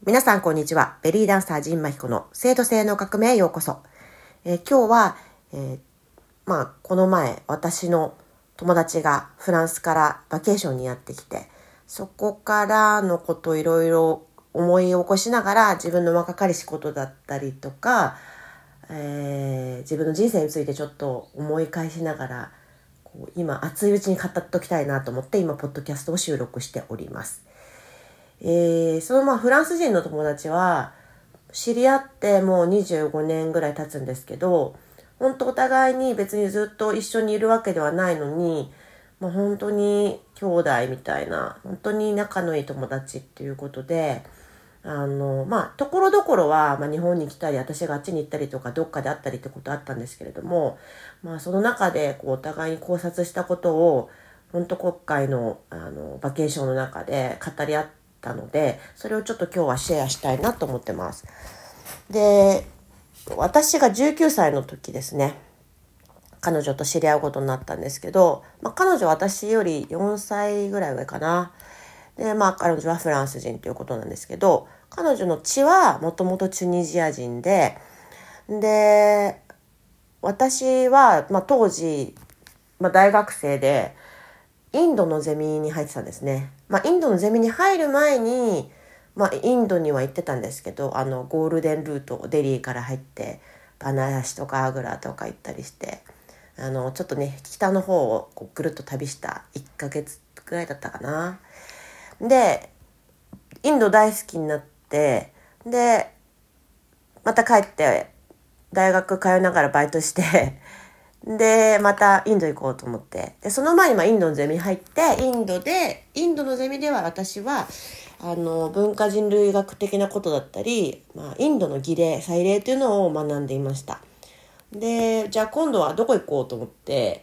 皆さんこんにちは。ベリーダンサー陣馬彦の制度性の革命へようこそ。今日は、この前私の友達がフランスからバケーションにやってきて、そこからのことをいろいろ思い起こしながら自分の若かりしことだったりとか、自分の人生についてちょっと思い返しながら今熱いうちに語っておきたいなと思って今ポッドキャストを収録しております。そのフランス人の友達は知り合ってもう25年ぐらい経つんですけど、本当お互いに別にずっと一緒にいるわけではないのに、本当に兄弟みたいな本当に仲のいい友達っていうことで、ところどころは、日本に来たり私があっちに行ったりとかどっかで会ったりってことあったんですけれども、その中でお互いに考察したことを本当今回のバケーションの中で語り合ったので、それをちょっと今日はシェアしたいなと思ってます。で、私が19歳の時ですね、彼女と知り合うことになったんですけど、彼女は私より4歳ぐらい上かな。で、彼女はフランス人ということなんですけど、彼女の血はもともとチュニジア人で、私は、当時、大学生でインドのゼミに入ってたんですね。インドのゼミに入る前に、インドには行ってたんですけど、ゴールデンルート、デリーから入って、バナラシとかアグラとか行ったりして、ちょっとね、北の方をぐるっと旅した1ヶ月くらいだったかな。で、インド大好きになって、で、また帰って大学通いながらバイトしてで、またインド行こうと思って、でその前にインドのゼミ入って、インドのゼミでは私は文化人類学的なことだったり、インドの儀礼祭礼というのを学んでいました。で、じゃあ今度はどこ行こうと思って、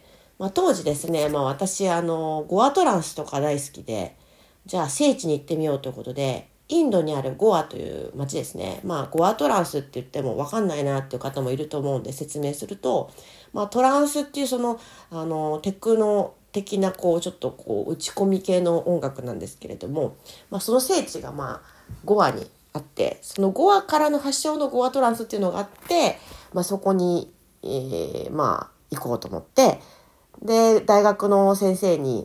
当時ですね、私ゴアトランスとか大好きで、じゃあ聖地に行ってみようということで、インドにあるゴアという町ですね。ゴアトランスって言っても分かんないなっていう方もいると思うんで説明すると、トランスっていうテクノ的なちょっと打ち込み系の音楽なんですけれども、その聖地がゴアにあって、そのゴアからの発祥のゴアトランスっていうのがあって、そこに、行こうと思って、で、大学の先生に、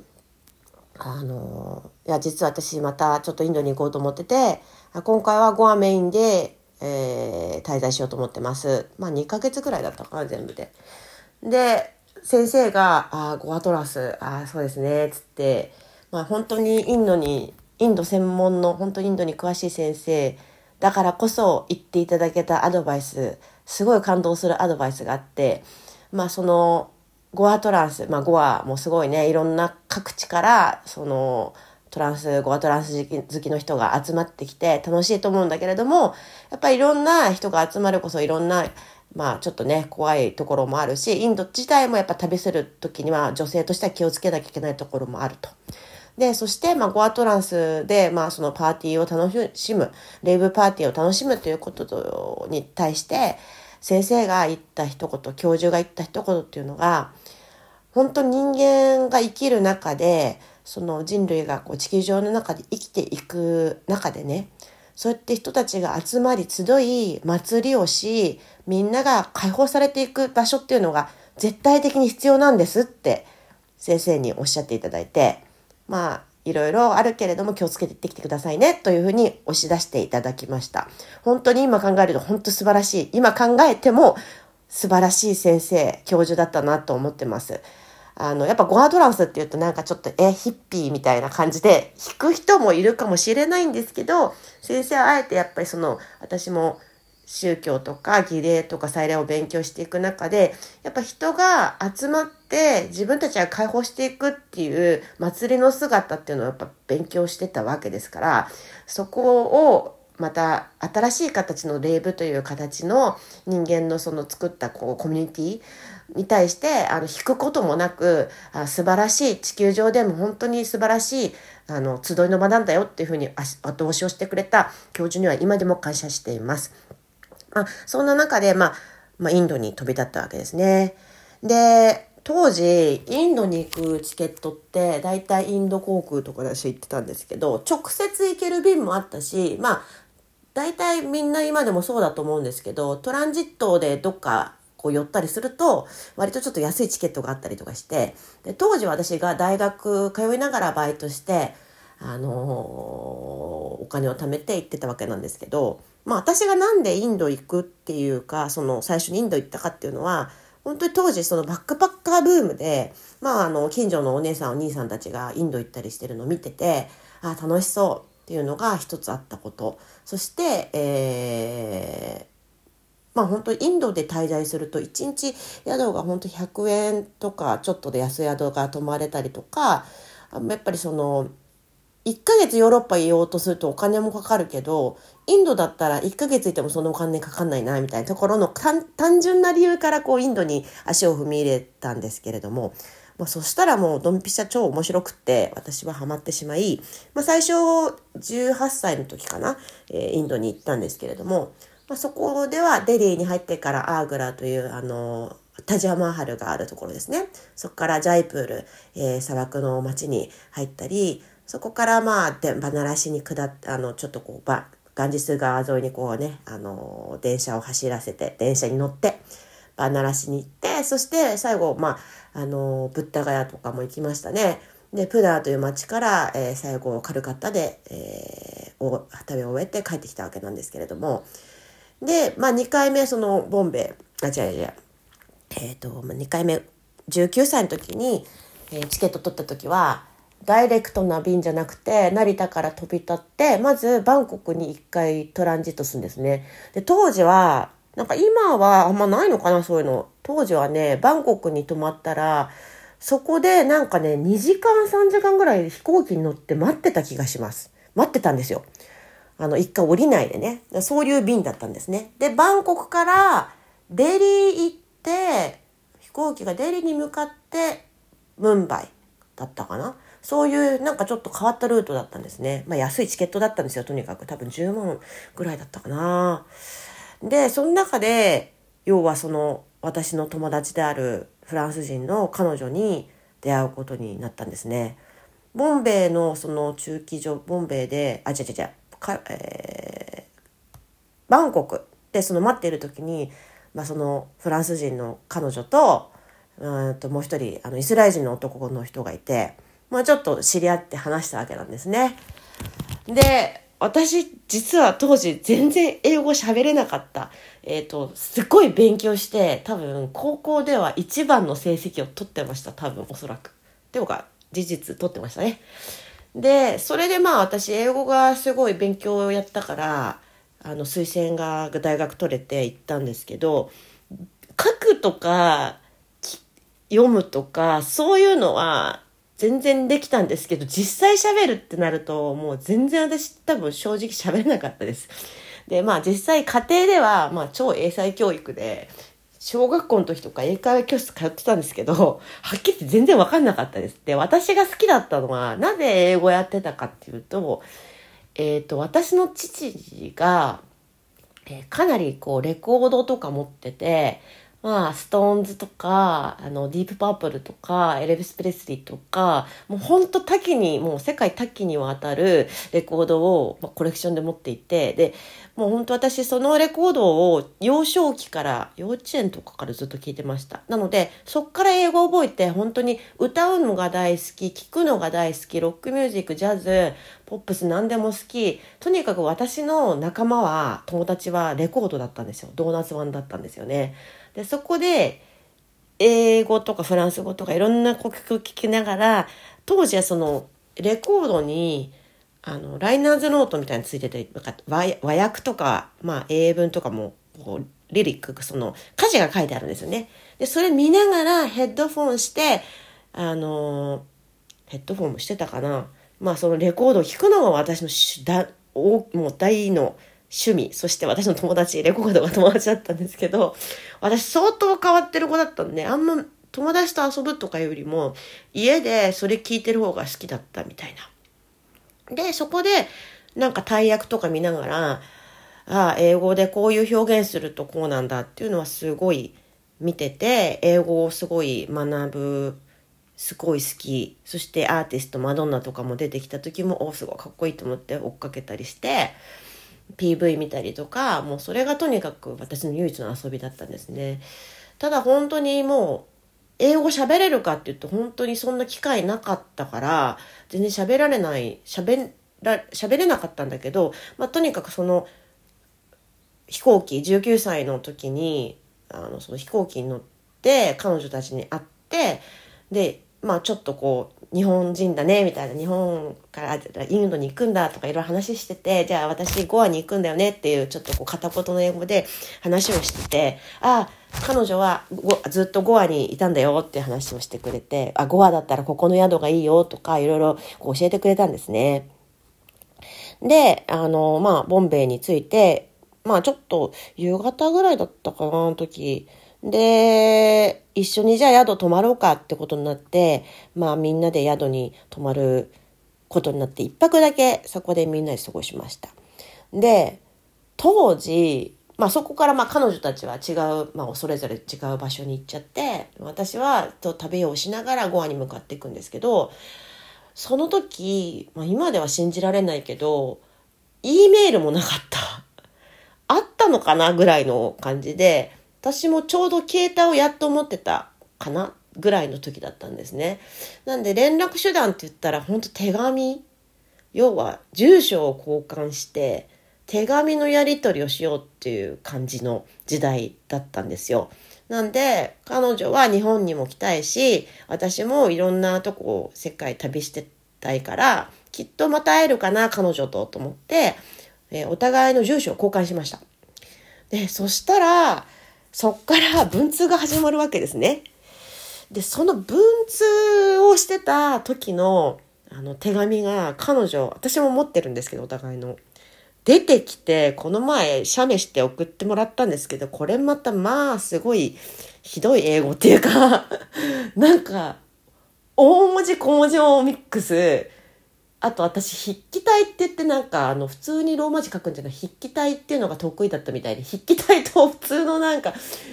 いや、実は私またちょっとインドに行こうと思ってて、今回はゴアメインで、滞在しようと思ってます。2ヶ月ぐらいだったかな、全部で。で、先生が、ゴアトラス、そうですね、つって、本当にインド専門の、本当にインドに詳しい先生だからこそ言っていただけたアドバイス、すごい感動するアドバイスがあって、ゴアトランス、ゴアもすごいね、いろんな各地から、ゴアトランス好きの人が集まってきて楽しいと思うんだけれども、やっぱりいろんな人が集まるこそいろんな、ちょっとね、怖いところもあるし、インド自体もやっぱ旅する時には女性としては気をつけなきゃいけないところもあると。で、そして、ゴアトランスで、そのパーティーを楽しむ、レイブパーティーを楽しむということに対して、先生が言った一言、教授が言った一言っていうのが、本当に人間が生きる中で、その人類が地球上の中で生きていく中でね、そうやって人たちが集まり集い、祭りをし、みんなが解放されていく場所っていうのが絶対的に必要なんですって先生におっしゃっていただいて、いろいろあるけれども気をつけていってきてくださいねというふうに押し出していただきました。本当に今考えると本当素晴らしい。今考えても素晴らしい先生、教授だったなと思ってます。やっぱゴアトランスっていうとなんかちょっとヒッピーみたいな感じで弾く人もいるかもしれないんですけど、先生はあえてやっぱり私も宗教とか儀礼とか祭礼を勉強していく中で、やっぱ人が集まって自分たちが解放していくっていう祭りの姿っていうのをやっぱ勉強してたわけですから、そこをまた新しい形のレイブという形の人間の作ったコミュニティに対して弾くこともなく、素晴らしい、地球上でも本当に素晴らしい集いの場なんだよっていうふうに後押しをしてくれた教授には今でも感謝しています。そんな中でインドに飛び立ったわけですね。で、当時インドに行くチケットってだいたいインド航空とかで私行ってたんですけど、直接行ける便もあったし、 大体みんな今でもそうだと思うんですけど、トランジットでどっかこう寄ったりすると割とちょっと安いチケットがあったりとかして、で当時私が大学通いながらバイトして、お金を貯めて行ってたわけなんですけど、私がなんでインド行くっていうか、その最初にインド行ったかっていうのは、本当に当時そのバックパッカーブームで、近所のお姉さんお兄さんたちがインド行ったりしてるのを見てて、楽しそうっていうのが一つあったこと。そして、本当にインドで滞在すると1日宿が本当100円とかちょっとで安い宿が泊まれたりとか、やっぱりその1ヶ月ヨーロッパいようとするとお金もかかるけど、インドだったら1ヶ月いてもそのお金かかんないなみたいなところの単純な理由からこうインドに足を踏み入れたんですけれども、そしたらもうドンピシャ超面白くって私はハマってしまい、最初18歳の時かな、インドに行ったんですけれども、そこではデリーに入ってからアーグラというタジャマハルがあるところですね。そこからジャイプール、砂漠の町に入ったり、そこからバナラシに下ってちょっとこうガンジス川沿いにこうね電車を走らせて、電車に乗ってバナラシに行って、そして最後ブッダガヤとかも行きましたね。でプダーという町から、最後カルカッタで、旅を終えて帰ってきたわけなんですけれども、で2回目そのボンベ2回目19歳の時に、チケット取った時はダイレクトな便じゃなくて、成田から飛び立ってまずバンコクに1回トランジットするんですね。で当時はなんか今はあんまないのかな、そういうの。当時はね、バンコクに泊まったらそこでなんかね2時間3時間ぐらい飛行機に乗って待ってた気がします。待ってたんですよ。一回降りないでね。そういう便だったんですね。でバンコクからデリー行って、飛行機がデリーに向かってムンバイだったかな。そういうなんかちょっと変わったルートだったんですね。安いチケットだったんですよ。とにかく多分10万ぐらいだったかな。でその中で要はその私の友達であるフランス人の彼女に出会うことになったんですね。ボンベイのその駐機場、ボンベイでバンコクでその待っている時に、そのフランス人の彼女ともう一人イスラエル人の男の人がいて、ちょっと知り合って話したわけなんですね。で私実は当時全然英語喋れなかった。すごい勉強して多分高校では一番の成績を取ってました。多分おそらく。っていうか事実取ってましたね。でそれで私英語がすごい勉強をやったから推薦が大学取れて行ったんですけど、書くとか読むとかそういうのは全然できたんですけど、実際喋るってなるともう全然私多分正直喋れなかったです。で実際家庭では超英才教育で小学校の時とか英会話教室通ってたんですけど、はっきり言って全然分かんなかったです。で私が好きだったのはなぜ英語やってたかっていうと、私の父が、かなりこうレコードとか持ってて、ストーンズとかディープパープルとかエルヴィス・プレスリーとか、もうほんと多岐に、もう世界多岐にわたるレコードを、コレクションで持っていて、でもうほんと私そのレコードを幼少期から幼稚園とかからずっと聞いてました。なのでそっから英語を覚えて、本当に歌うのが大好き、聞くのが大好き、ロックミュージック、ジャズ、ポップス何でも好き。とにかく私の仲間は、友達はレコードだったんですよ。ドーナツワンだったんですよね。でそこで英語とかフランス語とかいろんな曲聴きながら、当時はそのレコードにライナーズノートみたいについてて、和訳とか、英文とかもこうリリック、その歌詞が書いてあるんですよね。でそれ見ながらヘッドフォンしてヘッドフォンもしてたかな。そのレコードを聴くのが私のもう大の趣味。そして私の友達、レコードが友達だったんですけど、私相当変わってる子だったんで、あんま友達と遊ぶとかよりも家でそれ聞いてる方が好きだったみたいな。でそこでなんか大役とか見ながら、英語でこういう表現するとこうなんだっていうのはすごい見てて、英語をすごい学ぶ、すごい好き。そしてアーティストマドンナとかも出てきた時もすごいかっこいいと思って追っかけたりして、 PV 見たりとか、もうそれがとにかく私の唯一の遊びだったんですね。ただ本当にもう英語喋れるかって言うと本当にそんな機会なかったから全然喋れなかったんだけど、とにかくその飛行機19歳の時にその飛行機に乗って彼女たちに会って、でちょっとこう日本人だねみたいな、日本からインドに行くんだとかいろいろ話してて、じゃあ私ゴアに行くんだよねっていうちょっとこう片言の英語で話をしてて、彼女はずっとゴアにいたんだよって話をしてくれて、ゴアだったらここの宿がいいよとかいろいろ教えてくれたんですね。でボンベイに着いてちょっと夕方ぐらいだったかな、あの時で、一緒にじゃあ宿泊まろうかってことになって、みんなで宿に泊まることになって、一泊だけそこでみんなで過ごしました。で、当時、そこから彼女たちは違う、それぞれ違う場所に行っちゃって、私は旅をしながらゴアに向かっていくんですけど、その時、今では信じられないけど、E メールもなかった。あったのかなぐらいの感じで、私もちょうど携帯をやっと持ってたかなぐらいの時だったんですね。なんで連絡手段って言ったら本当手紙、要は住所を交換して手紙のやり取りをしようっていう感じの時代だったんですよ。なんで彼女は日本にも来たいし、私もいろんなとこ世界旅してたいから、きっとまた会えるかな彼女と思って、お互いの住所を交換しました。で、そしたらそっから文通が始まるわけですね。で、その文通をしてた時の手紙が私も持ってるんですけど、お互いの出てきて、この前写メして送ってもらったんですけど、これまたすごいひどい英語っていうかなんか大文字小文字をミックス、あと私筆記体って言って普通にローマ字書くんじゃない筆記体っていうのが得意だったみたいで、筆記体と普通のなんて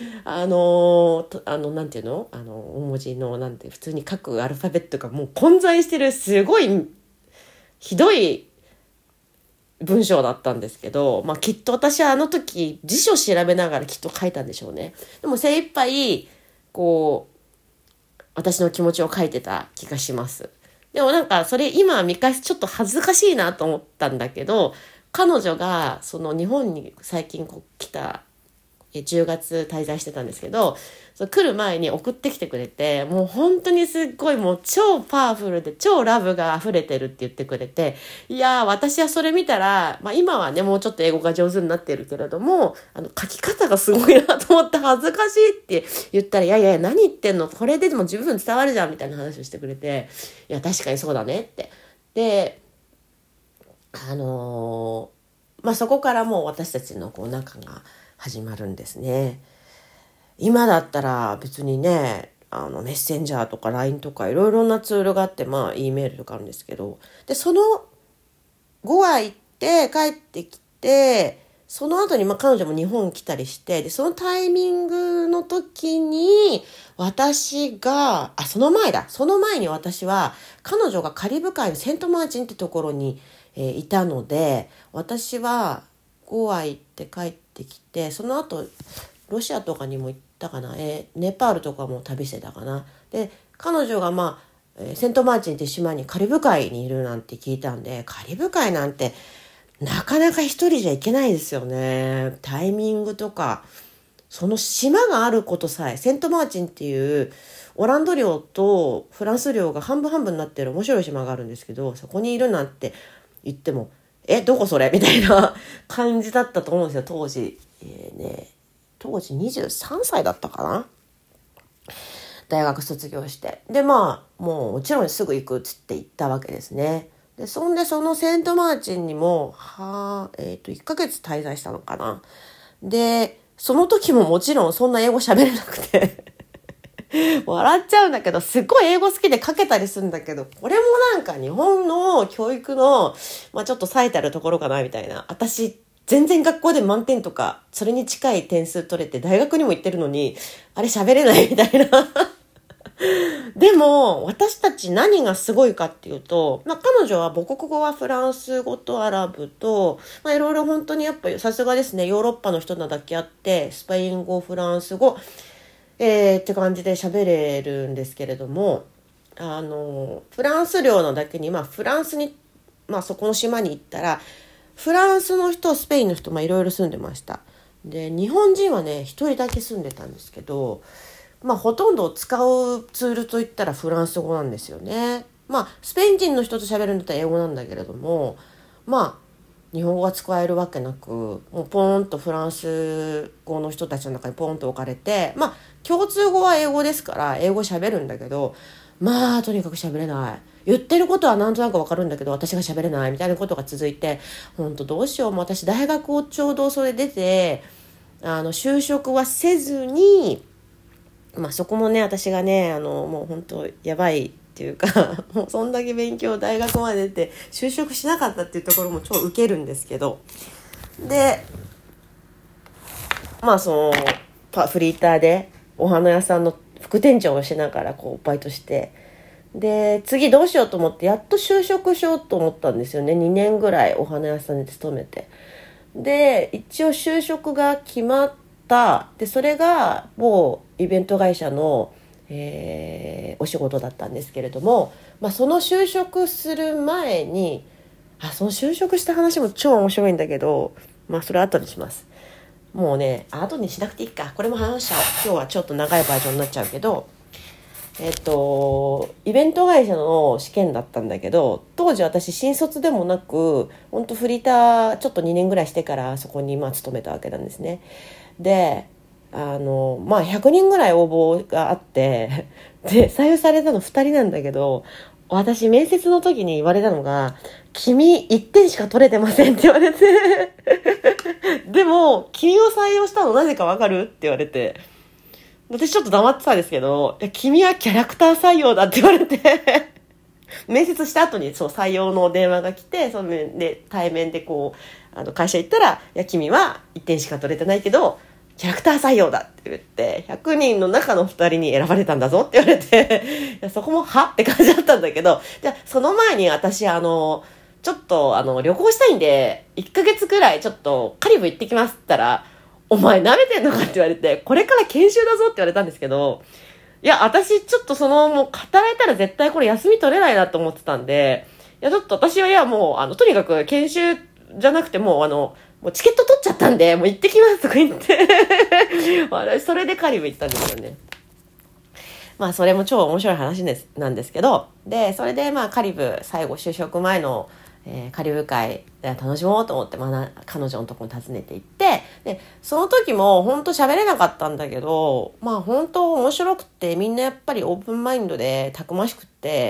いうの大文字の普通に書くアルファベットがもう混在してるすごいひどい文章だったんですけど、きっと私はあの時辞書調べながらきっと書いたんでしょうね。でも精一杯こう私の気持ちを書いてた気がします。でもそれ今見返すちょっと恥ずかしいなと思ったんだけど、彼女がその日本に最近来た10月滞在してたんですけど、来る前に送ってきてくれて、もう本当にすっごいもう超パワフルで超ラブが溢れてるって言ってくれて、いやー私はそれ見たら、今はねもうちょっと英語が上手になってるけれども、書き方がすごいなと思って恥ずかしいって言ったら、いやいや何言ってんの、これでも十分伝わるじゃんみたいな話をしてくれて、いや確かにそうだねって。でそこからもう私たちの仲が始まるんですね。今だったら別にねメッセンジャーとか LINE とかいろいろなツールがあって、E メールとかあるんですけど、でそのゴア行って帰ってきて、その後に彼女も日本来たりして、でそのタイミングの時に私がその前に私は彼女がカリブ海のセントマーチンってところに、いたので、私はゴア行って帰ってきて、その後ロシアとかにも行ったかな、ネパールとかも旅してたかな。で彼女がセントマーチンって島にカリブ海にいるなんて聞いたんで、カリブ海なんてなかなか一人じゃ行けないですよね。タイミングとかその島があることさえ、セントマーチンっていうオランダ領とフランス領が半分半分になってる面白い島があるんですけど、そこにいるなんて言ってもどこそれみたいな感じだったと思うんですよ当時。当時23歳だったかな、大学卒業して。でもうもちろんすぐ行くっつって行ったわけですね。でそのセントマーチンにも1ヶ月滞在したのかな。でその時ももちろんそんな英語喋れなくて笑っちゃうんだけど、すっごい英語好きで書けたりするんだけど、これも日本の教育のちょっと最たるところかなみたいな。私全然学校で満点とかそれに近い点数取れて大学にも行ってるのにあれ喋れないみたいなでも、私たち何がすごいかっていうと、彼女は母国語はフランス語とアラブと、いろいろ本当にやっぱりさすがですね、ヨーロッパの人なだけあって、スペイン語、フランス語、って感じで喋れるんですけれども、フランス領のだけに、フランスに、そこの島に行ったら、フランスの人、スペインの人、いろいろ住んでました。で、日本人はね、一人だけ住んでたんですけど、ほとんど使うツールといったらフランス語なんですよね。スペイン人の人と喋るんだったら英語なんだけれども、日本語が使えるわけなく、もうポーンとフランス語の人たちの中にポーンと置かれて、共通語は英語ですから英語喋るんだけど、とにかく喋れない。言ってることはなんとなくわかるんだけど、私が喋れないみたいなことが続いて、本当どうしよう。私大学をちょうどそれ出て、就職はせずに、そこもね、私がね、もう本当やばいっていうかもうそんだけ勉強大学まで出て就職しなかったっていうところも超ウケるんですけど、でそのフリーターでお花屋さんの副店長をしながらバイトして、で次どうしようと思ってやっと就職しようと思ったんですよね。2年ぐらいお花屋さんに勤めて、で一応就職が決まった。でそれが某イベント会社の、お仕事だったんですけれども、その就職する前に、その就職した話も超面白いんだけど、それ後にします。もうね、後にしなくていいか。これも話しちゃおう。今日はちょっと長いバージョンになっちゃうけど、イベント会社の試験だったんだけど、当時私新卒でもなく、本当フリーターちょっと2年ぐらいしてからそこに勤めたわけなんですね。で100人ぐらい応募があって、で採用されたの2人なんだけど、私面接の時に言われたのが、君1点しか取れてませんって言われてでも君を採用したのなぜかわかるって言われて、私ちょっと黙ってたんですけど、いや君はキャラクター採用だって言われて面接した後にそう採用の電話が来て、そので対面で会社行ったら、いや君は1点しか取れてないけどキャラクター採用だって言って、100人の中の2人に選ばれたんだぞって言われていやそこもはって感じだったんだけど、じゃあその前に私ちょっと旅行したいんで1ヶ月くらいちょっとカリブ行ってきますって言ったら、お前舐めてんのかって言われて、これから研修だぞって言われたんですけど、いや私ちょっともう働いたら絶対これ休み取れないなと思ってたんで、いやちょっと私はもうとにかく研修じゃなくてもうチケット取っちゃったんでもう行ってきますとか言って私それでカリブ行ったんですよね。それも超面白い話なんですけど、でそれでカリブ最後就職前の、カリブ会楽しもうと思って、彼女のところに訪ねて行って、でその時も本当喋れなかったんだけど、本当面白くて、みんなやっぱりオープンマインドでたくましくって、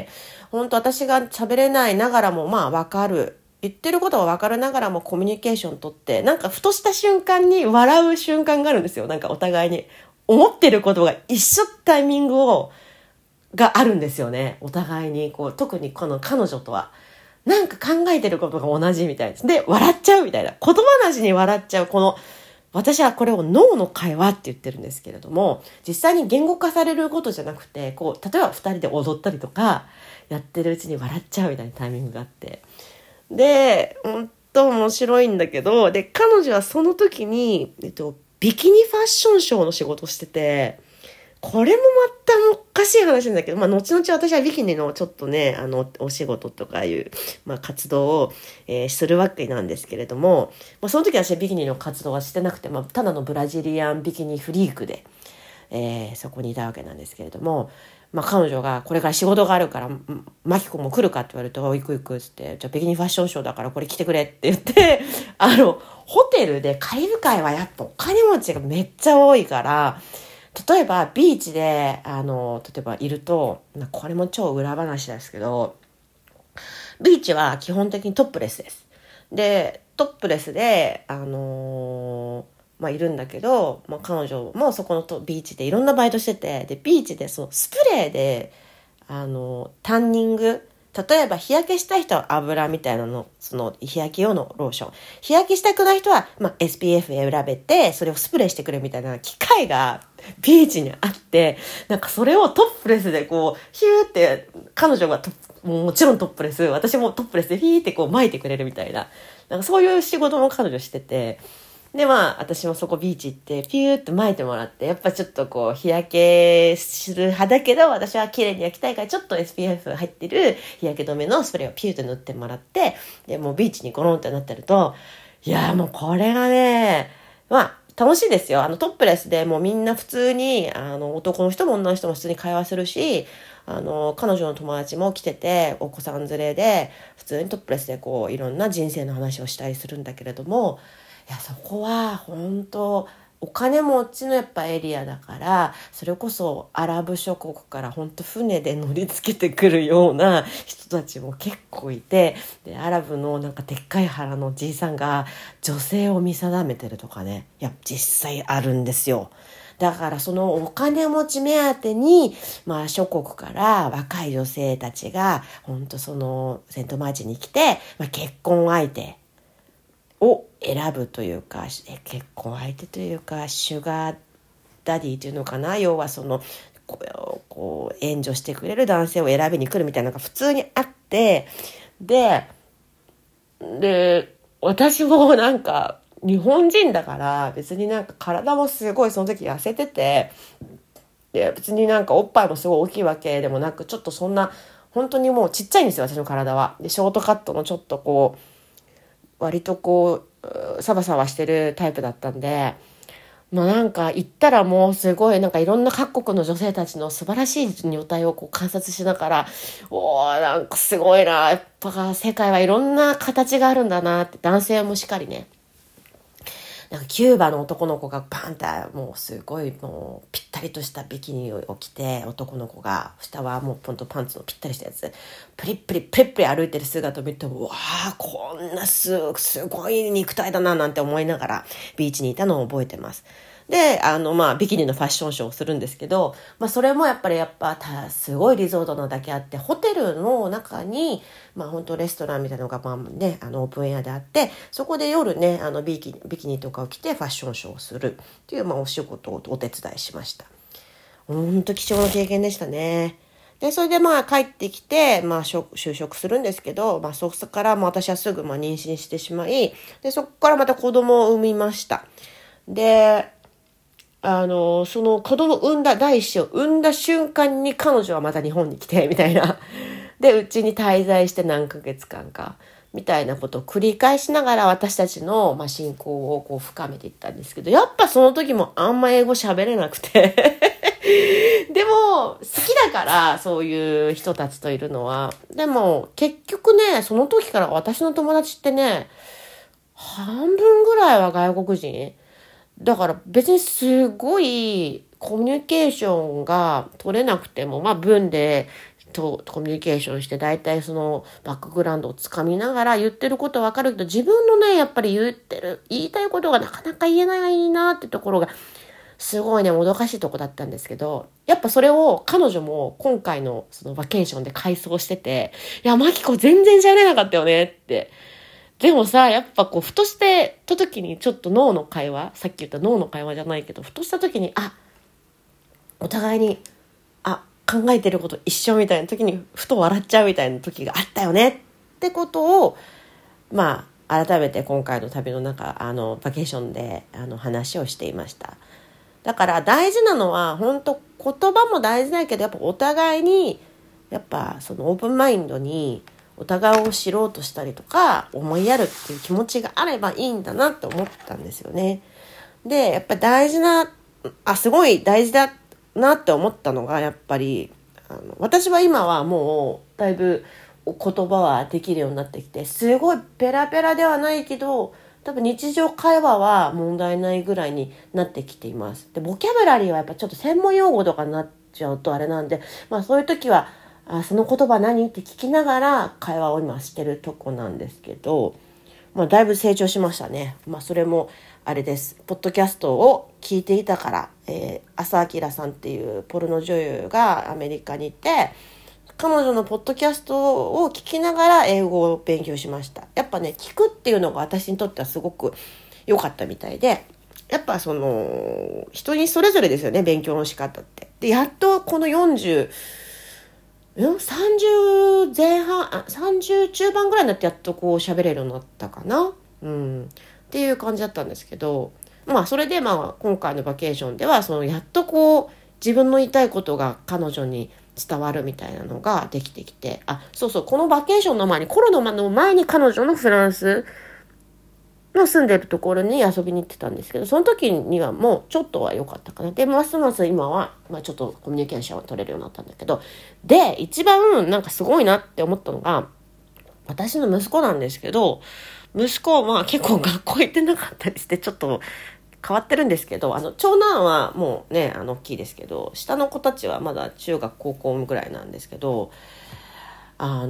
本当私が喋れないながらも分かる、言ってることが分かるながらもコミュニケーション取って、ふとした瞬間に笑う瞬間があるんですよ。お互いに思ってることが一緒タイミングがあるんですよね。お互いに特にこの彼女とは考えてることが同じみたいです。で笑っちゃうみたいな、言葉なしに笑っちゃう、私はこれを脳の会話って言ってるんですけれども、実際に言語化されることじゃなくて、例えば2人で踊ったりとかやってるうちに笑っちゃうみたいなタイミングがあって、で本当面白いんだけど、で彼女はその時に、ビキニファッションショーの仕事をしてて、これもまたおかしい話なんだけど、後々私はビキニのちょっとねお仕事とかいう、活動を、するわけなんですけれども、その時は私はビキニの活動はしてなくて、ただのブラジリアンビキニフリークで、そこにいたわけなんですけれども、彼女がこれから仕事があるからマキコも来るかって言われると、行く行くっつって、じゃあビキニファッションショーだからこれ着てくれって言ってホテルで、カリブ海はやっぱお金持ちがめっちゃ多いから、例えばビーチで例えばいると、これも超裏話ですけど、ビーチは基本的にトップレスです。でトップレスでいるんだけど、彼女もそこのビーチでいろんなバイトしてて、でビーチでスプレーでタンニング例えば日焼けした人は油みたいなの、その日焼け用のローション。日焼けしたくない人は、SPF 選べて、それをスプレーしてくれみたいな機械がビーチにあって、なんかそれをトップレスでこう、ヒューって、彼女がもちろんトップレス、私もトップレスでヒーってこう巻いてくれるみたいな。なんかそういう仕事も彼女してて、で私もそこビーチ行ってピューって巻いてもらって、やっぱちょっとこう日焼けする派だけど私は綺麗に焼きたいからちょっと SPF 入ってる日焼け止めのスプレーをピューって塗ってもらって、でもうビーチにゴロンってなってると、いやもうこれがね、楽しいですよ。トップレスでもうみんな普通に男の人も女の人も普通に会話するし、彼女の友達も来ててお子さん連れで普通にトップレスでこういろんな人生の話をしたりするんだけれども、いやそこは本当お金持ちのやっぱエリアだから、それこそアラブ諸国から本当船で乗りつけてくるような人たちも結構いて、でアラブのなんかでっかい腹のじいさんが女性を見定めてるとかね、いや実際あるんですよ。だからそのお金持ち目当てに、諸国から若い女性たちが本当そのセントマーチに来て、結婚相手を選ぶというか、結婚相手というかシュガーダディというのかな、要はそのこう援助してくれる男性を選びに来るみたいなのが普通にあって、で私もなんか日本人だから別になんか体もすごいその時痩せてて、で別になんかおっぱいもすごい大きいわけでもなく、ちょっとそんな本当にもうちっちゃいんですよ私の体は。でショートカットのちょっとこう割とこうサバサバしてるタイプだったんで、なんか行ったらもうすごいなんかいろんな各国の女性たちの素晴らしい女体をこう観察しながら、なんかすごいな、やっぱ世界はいろんな形があるんだなって、男性もしっかりね、なんかキューバの男の子がバンってもうすごいもうぴったりとしたビキニを着て、男の子が下はもうポンとパンツのぴったりしたやつプリップリ歩いてる姿を見て、わあこんなすごい肉体だななんて思いながらビーチにいたのを覚えてます。でビキニのファッションショーをするんですけど、それもやっぱすごいリゾートなだけあって、ホテルの中に本当レストランみたいなのがオープンエアであって、そこで夜ねビキニとかを着てファッションショーをするっていうお仕事をお手伝いしました。本当貴重な経験でしたね。でそれで帰ってきて就職するんですけど、そこから私はすぐ妊娠してしまい、でそこからまた子供を産みました。でその子供第一子を産んだ瞬間に彼女はまた日本に来てみたいな。でうちに滞在して何ヶ月間かみたいなことを繰り返しながら私たちの親交をこう深めていったんですけど、やっぱその時もあんま英語喋れなくてでも好きだからそういう人たちといるのは。でも結局ね、その時から私の友達ってね、半分ぐらいは外国人だから、別にすごいコミュニケーションが取れなくても文でコミュニケーションして、大体そのバックグラウンドをつかみながら言ってることはわかるけど、自分のねやっぱり言いたいことがなかなか言えないなってところがすごいねもどかしいとこだったんですけど、やっぱそれを彼女も今回のそのバケーションで回想してて、いやマキコ全然喋れなかったよねって。でもさ、やっぱこうふとしてた時にちょっと脳の会話、さっき言った脳の会話じゃないけど、ふとした時にお互いに考えてること一緒みたいな時にふと笑っちゃうみたいな時があったよねってことを改めて今回の旅の中バケーションで話をしていました。だから大事なのは本当言葉も大事だけど、やっぱお互いにやっぱそのオープンマインドにお互いを知ろうとしたりとか思いやるっていう気持ちがあればいいんだなって思ったんですよね。でやっぱすごい大事だなって思ったのが、やっぱり私は今はもうだいぶ言葉はできるようになってきて、すごいペラペラではないけど多分日常会話は問題ないぐらいになってきています。でボキャブラリーはやっぱちょっと専門用語とかになっちゃうとあれなんで、そういう時はその言葉何って聞きながら会話を今してるとこなんですけど、だいぶ成長しましたね。それもあれです。ポッドキャストを聞いていたから、浅明さんっていうポルノ女優がアメリカにいて、 彼女のポッドキャストを聞きながら英語を勉強しました。やっぱね、聞くっていうのが私にとってはすごく良かったみたいで、やっぱその人にそれぞれですよね、勉強の仕方って。で、やっとこの30前半、30中盤ぐらいになってやっとこう喋れるようになったかな。っていう感じだったんですけど、それで今回のバケーションではやっとこう自分の言いたいことが彼女に伝わるみたいなのができてきて、このバケーションの前にコロナの前に彼女のフランスの住んでるところに遊びに行ってたんですけど、その時にはもうちょっとは良かったかな。で、ますます今は、ちょっとコミュニケーションを取れるようになったんだけど、で、一番なんかすごいなって思ったのが、私の息子なんですけど、息子は結構学校行ってなかったりして、ちょっと変わってるんですけど、長男はもうね、大きいですけど、下の子たちはまだ中学高校ぐらいなんですけど、彼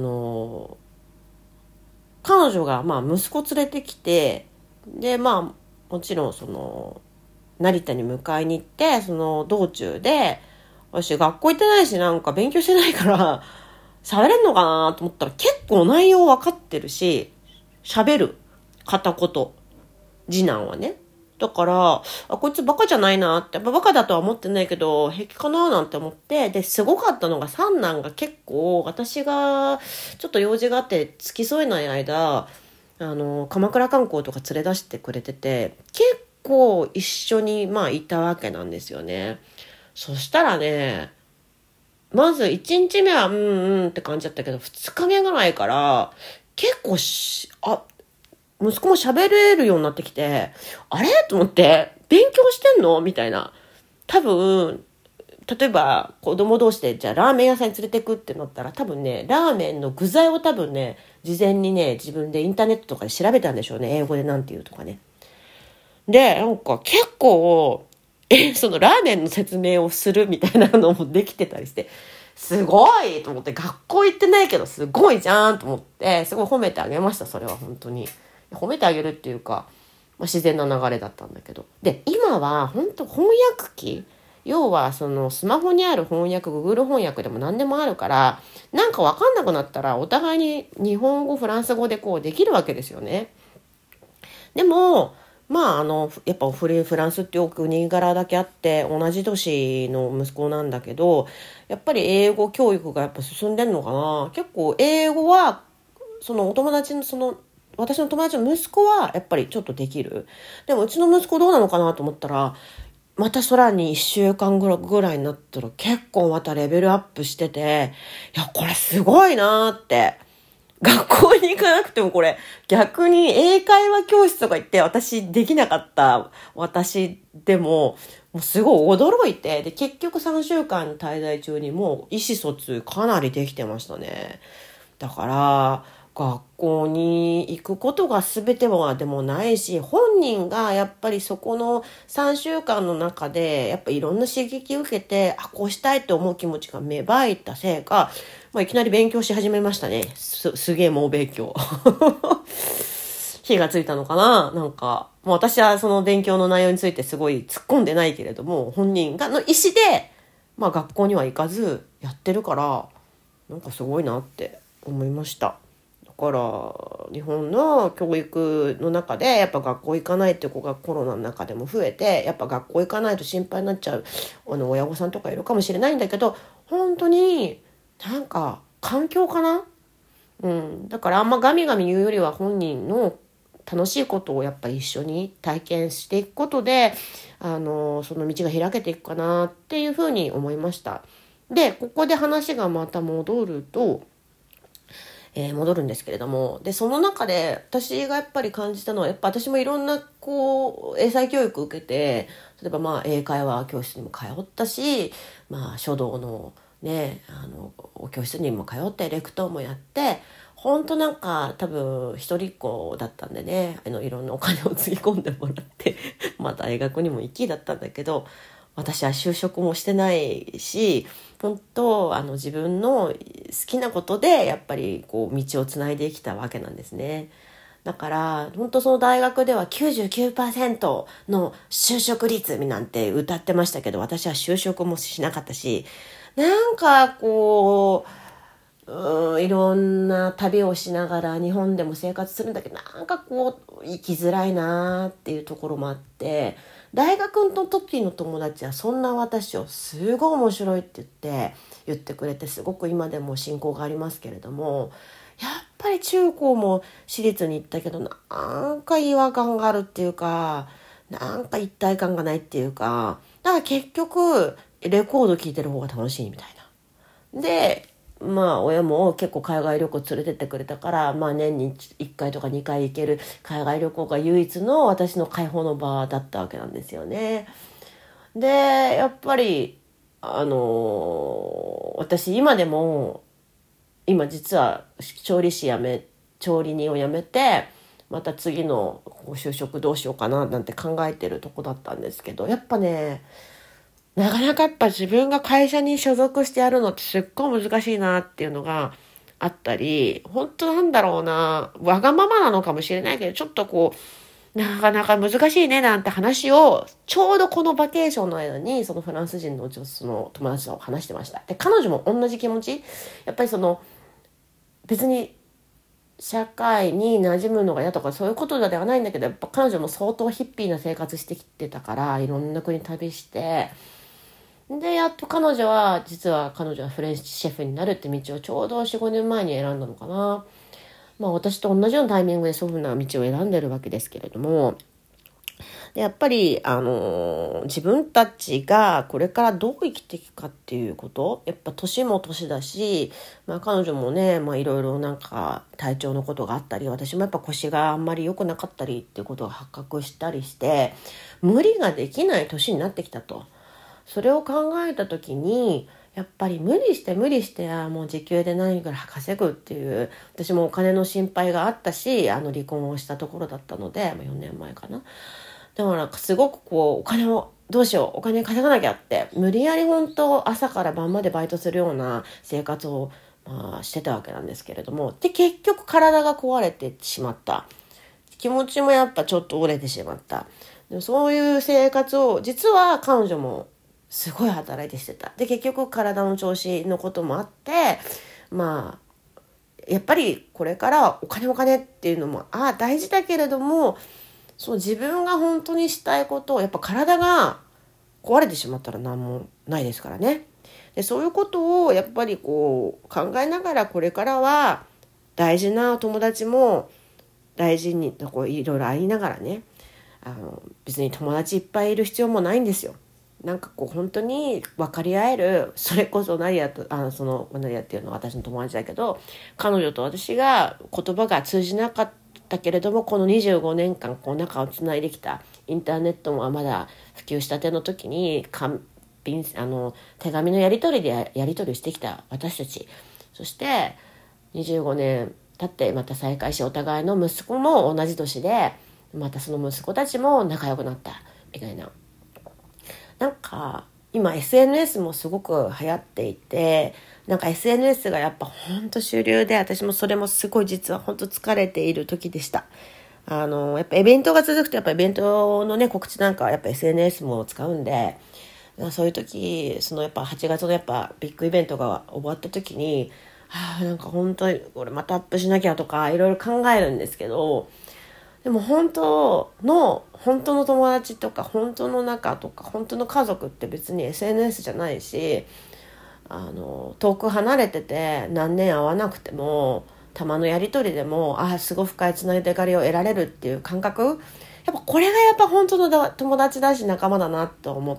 女が息子連れてきて、でもちろん成田に迎えに行って、その道中で私学校行ってないしなんか勉強してないから喋れんのかなと思ったら、結構内容分かってるし喋る、片言、次男はね。だからこいつバカじゃないなって、バカだとは思ってないけど平気かななんて思って、ですごかったのが、三男が結構私がちょっと用事があって付き添えない間、鎌倉観光とか連れ出してくれてて、結構一緒にいたわけなんですよね。そしたらね、まず1日目はって感じだったけど、2日目ぐらいから結構息子も喋れるようになってきて、あれと思って、勉強してんのみたいな。多分例えば子供同士でじゃあラーメン屋さんに連れてくってなったら、多分ね、ラーメンの具材を多分ね、事前にね、自分でインターネットとかで調べたんでしょうね。英語でなんて言うとかね。で、なんか結構そのラーメンの説明をするみたいなのもできてたりして、すごいと思って、学校行ってないけどすごいじゃんと思って、すごい褒めてあげました。それは本当に褒めてあげるっていうか、自然な流れだったんだけど。で、今は本当翻訳機、要はそのスマホにある翻訳、Google 翻訳でも何でもあるから、なんか分かんなくなったらお互いに日本語フランス語でこうできるわけですよね。でもやっぱフランスっていう国柄だけあって、同じ年の息子なんだけど、やっぱり英語教育がやっぱ進んでんのかな。結構英語はそのお友達の私の友達の息子はやっぱりちょっとできる。でもうちの息子どうなのかなと思ったら、また空に1週間ぐらいになったら結構またレベルアップしてて、いや、これすごいなーって。学校に行かなくてもこれ逆に英会話教室とか行って私できなかった私でも、もうすごい驚いて、で結局3週間滞在中にもう意思疎通かなりできてましたね。だから学校に行くことが全てはでもないし、本人がやっぱりそこの3週間の中でやっぱいろんな刺激を受けて、こうしたいと思う気持ちが芽生えたせいか、いきなり勉強し始めましたね。すげえ猛勉強火がついたのかな。なんかもう私はその勉強の内容についてすごい突っ込んでないけれども、本人がの意思で学校には行かずやってるから、なんかすごいなって思いました。だから日本の教育の中でやっぱ学校行かないっていう子がコロナの中でも増えて、やっぱ学校行かないと心配になっちゃう親御さんとかいるかもしれないんだけど、本当になんか環境かな。だからあんまガミガミ言うよりは、本人の楽しいことをやっぱり一緒に体験していくことで、その道が開けていくかなっていうふうに思いました。で、ここで話がまた戻るんですけれども、でその中で私がやっぱり感じたのは、やっぱ私もいろんな英才教育を受けて、例えば英会話教室にも通ったし、書道のね教室にも通って、レクトーもやって、本当なんか多分一人っ子だったんでね、いろんなお金をつぎ込んでもらって大学にも行きだったんだけど、私は就職もしてないし、本当自分の好きなことでやっぱり道をつないできたわけなんですね。だから本当その大学では 99% の就職率なんて歌ってましたけど、私は就職もしなかったし、なんかいろんな旅をしながら日本でも生活するんだけど、なんかこう生きづらいなっていうところもあって、大学の時の友達はそんな私をすごい面白いって言ってくれて、すごく今でも親交がありますけれども、やっぱり中高も私立に行ったけど、なんか違和感があるっていうか、なんか一体感がないっていうか、だから結局レコード聴いてる方が楽しいみたいな。でまあ親も結構海外旅行連れてってくれたから、まあ年に1回とか2回行ける海外旅行が唯一の私の解放の場だったわけなんですよね。でやっぱり私今でも、今実は調理人を辞めて、また次の就職どうしようかななんて考えてるとこだったんですけど、やっぱね、なかなかやっぱ自分が会社に所属してやるのってすっごい難しいなっていうのがあったり、本当なんだろうな、わがままなのかもしれないけど、ちょっとこう、なかなか難しいねなんて話を、ちょうどこのバケーションの間に、そのフランス人のその友達と話してました。で、彼女も同じ気持ち。やっぱり別に社会に馴染むのが嫌とかそういうことではないんだけど、やっぱ彼女も相当ヒッピーな生活してきてたから、いろんな国旅して、でやっと実は彼女はフレンチシェフになるって道をちょうど 4,5 年前に選んだのかな。まあ私と同じようなタイミングでそういうふうな道を選んでるわけですけれども、でやっぱり自分たちがこれからどう生きていくかっていうこと、やっぱ年も年だし、まあ彼女もね、まあいろいろなんか体調のことがあったり、私もやっぱ腰があんまり良くなかったりっていうことが発覚したりして、無理ができない年になってきたと。それを考えた時に、やっぱり無理してもう時給で何から稼ぐっていう、私もお金の心配があったし、離婚をしたところだったので、4年前かな。でもなんかすごくこう、お金をどうしよう、お金稼がなきゃって、無理やり本当朝から晩までバイトするような生活を、してたわけなんですけれども、で結局体が壊れてしまった。気持ちもやっぱちょっと折れてしまった。でもそういう生活を、実は彼女もすごい働いてしてた。で結局体の調子のこともあって、まあやっぱりこれからお金っていうのも大事だけれども、そう自分が本当にしたいことを、やっぱ体が壊れてしまったら何もないですからね。でそういうことをやっぱりこう考えながら、これからは大事な友達も大事にこういろいろありながらね、別に友達いっぱいいる必要もないんですよ。なんかこう本当に分かり合える、それこそナディアとナディアっていうのは私の友達だけど、彼女と私が言葉が通じなかったけれども、この25年間こう仲をつないできた、インターネットもまだ普及したての時に手紙のやり取りしてきた私たち、そして25年経ってまた再会し、お互いの息子も同じ年で、またその息子たちも仲良くなったみたいな。なんか今 SNS もすごく流行っていて、なんか SNS がやっぱほんと主流で、私もそれもすごい実はほんと疲れている時でした。やっぱイベントが続くと、やっぱイベントのね告知なんかはやっぱ SNS も使うんで、そういう時やっぱ8月のやっぱビッグイベントが終わった時に、なんか本当に俺またアップしなきゃとかいろいろ考えるんですけど、でも本当の友達とか本当の仲とか本当の家族って別に SNS じゃないし、遠く離れてて何年会わなくても、たまのやり取りでもすごい深いつながりを得られるっていう感覚、やっぱこれがやっぱ本当の友達だし仲間だなと思って、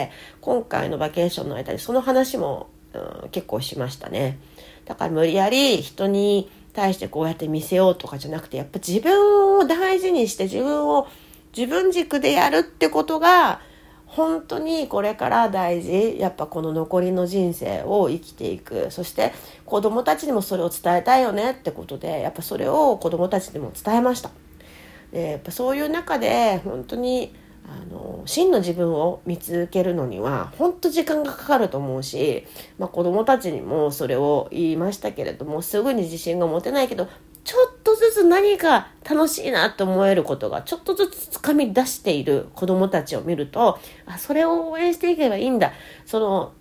今回のバケーションの間にその話も、結構しましたね。だから無理やり人に対してこうやって見せようとかじゃなくて、やっぱ自分を大事にして自分軸でやるってことが本当にこれから大事。やっぱこの残りの人生を生きていく、そして子供たちにもそれを伝えたいよねってことで、やっぱそれを子供たちにも伝えました。でやっぱそういう中で本当に真の自分を見つけるのには本当時間がかかると思うし、子供たちにもそれを言いましたけれども、すぐに自信が持てないけど、ちょっとずつ何か楽しいなと思えることがちょっとずつ掴み出している子供たちを見ると、それを応援していけばいいんだ。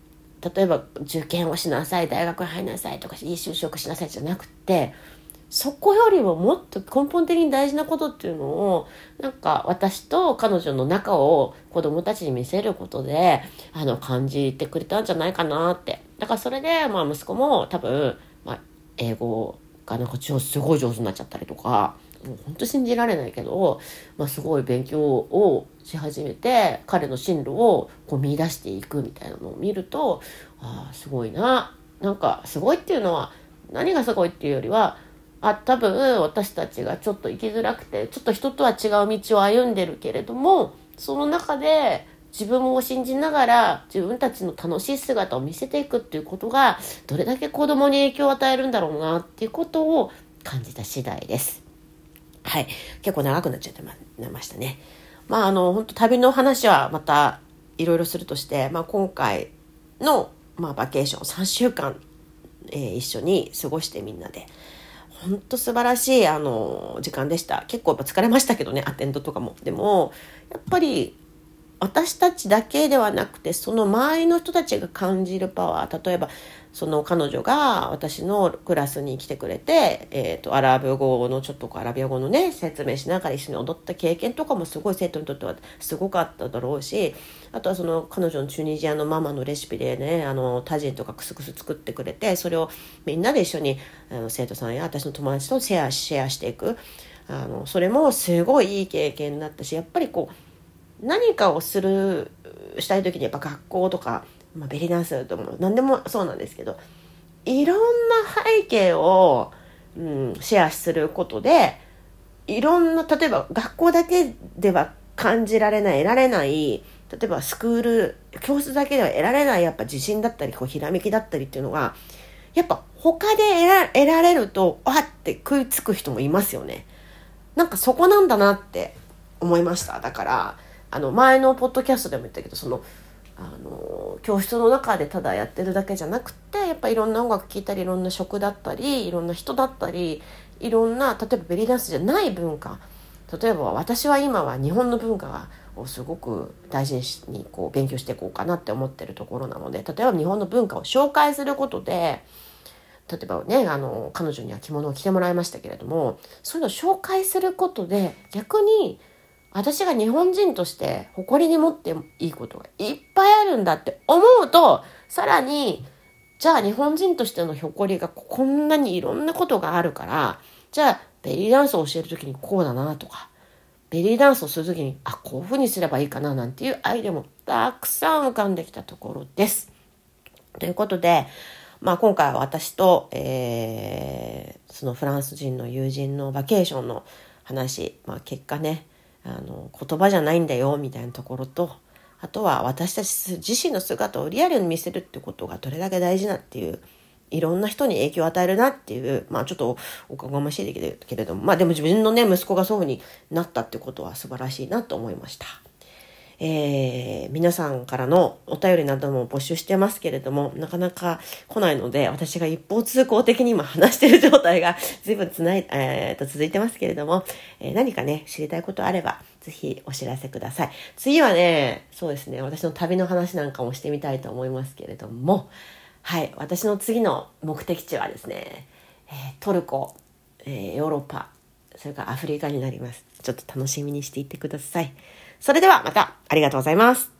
例えば受験をしなさい、大学に入りなさいとかいい就職しなさいじゃなくて、そこよりももっと根本的に大事なことっていうのをなんか私と彼女の仲を子供たちに見せることで感じてくれたんじゃないかなって。だからそれで息子も多分、英語がなんかすごい上手になっちゃったりとか、もう本当信じられないけど、すごい勉強をし始めて彼の進路をこう見出していくみたいなのを見ると、すごいな。なんかすごいっていうのは何がすごいっていうよりは、多分私たちがちょっと生きづらくてちょっと人とは違う道を歩んでるけれども、その中で自分を信じながら自分たちの楽しい姿を見せていくっていうことがどれだけ子供に影響を与えるんだろうなっていうことを感じた次第です。はい、結構長くなっちゃってましたね。本当旅の話はまたいろいろするとして、今回の、バケーション3週間、一緒に過ごしてみんなで本当素晴らしい時間でした。結構やっぱ疲れましたけどね、アテンドとかも。でもやっぱり私たちだけではなくてその周りの人たちが感じるパワー、例えばその彼女が私のクラスに来てくれて、アラビア語のね説明しながら一緒に踊った経験とかもすごい生徒にとってはすごかっただろうし、あとはその彼女のチュニジアのママのレシピでねタジンとかクスクス作ってくれて、それをみんなで一緒に生徒さんや私の友達とシェアしていく、それもすごいいい経験だったし、やっぱりこう何かをしたい時にやっぱ学校とか、ベリーダンスとも何でもそうなんですけど、いろんな背景を、シェアすることでいろんな、例えば学校だけでは感じられない得られない、例えば教室だけでは得られないやっぱ自信だったりひらめきだったりっていうのがやっぱ他で得られるとって食いつく人もいますよね。なんかそこなんだなって思いました。だから前のポッドキャストでも言ったけど、教室の中でただやってるだけじゃなくて、やっぱいろんな音楽聴いたりいろんな食だったりいろんな人だったりいろんな、例えばベリーダンスじゃない文化、例えば私は今は日本の文化をすごく大事にこう勉強していこうかなって思ってるところなので、例えば日本の文化を紹介することで、例えばね彼女には着物を着てもらいましたけれども、そういうのを紹介することで逆に私が日本人として誇りに持っていいことがいっぱいあるんだって思うと、さらにじゃあ日本人としての誇りがこんなにいろんなことがあるから、じゃあベリーダンスを教えるときにこうだなとか、ベリーダンスをするときにこういうふうにすればいいかななんていうアイデアもたくさん浮かんできたところです。ということで、今回は私と、そのフランス人の友人のバケーションの話、結果ね言葉じゃないんだよみたいなところと、あとは私たち自身の姿をリアルに見せるってことがどれだけ大事なっていう、いろんな人に影響を与えるなっていう、ちょっとおこがましいけれども、でも自分のね息子がそういうふうになったってことは素晴らしいなと思いました。皆さんからのお便りなども募集してますけれども、なかなか来ないので、私が一方通行的に今話している状態が随分続いてますけれども、何かね知りたいことあればぜひお知らせください。次はね、そうですね、私の旅の話なんかもしてみたいと思いますけれども、はい、私の次の目的地はですね、トルコ、ヨーロッパ、それからアフリカになります。ちょっと楽しみにしていってください。それではまたありがとうございます。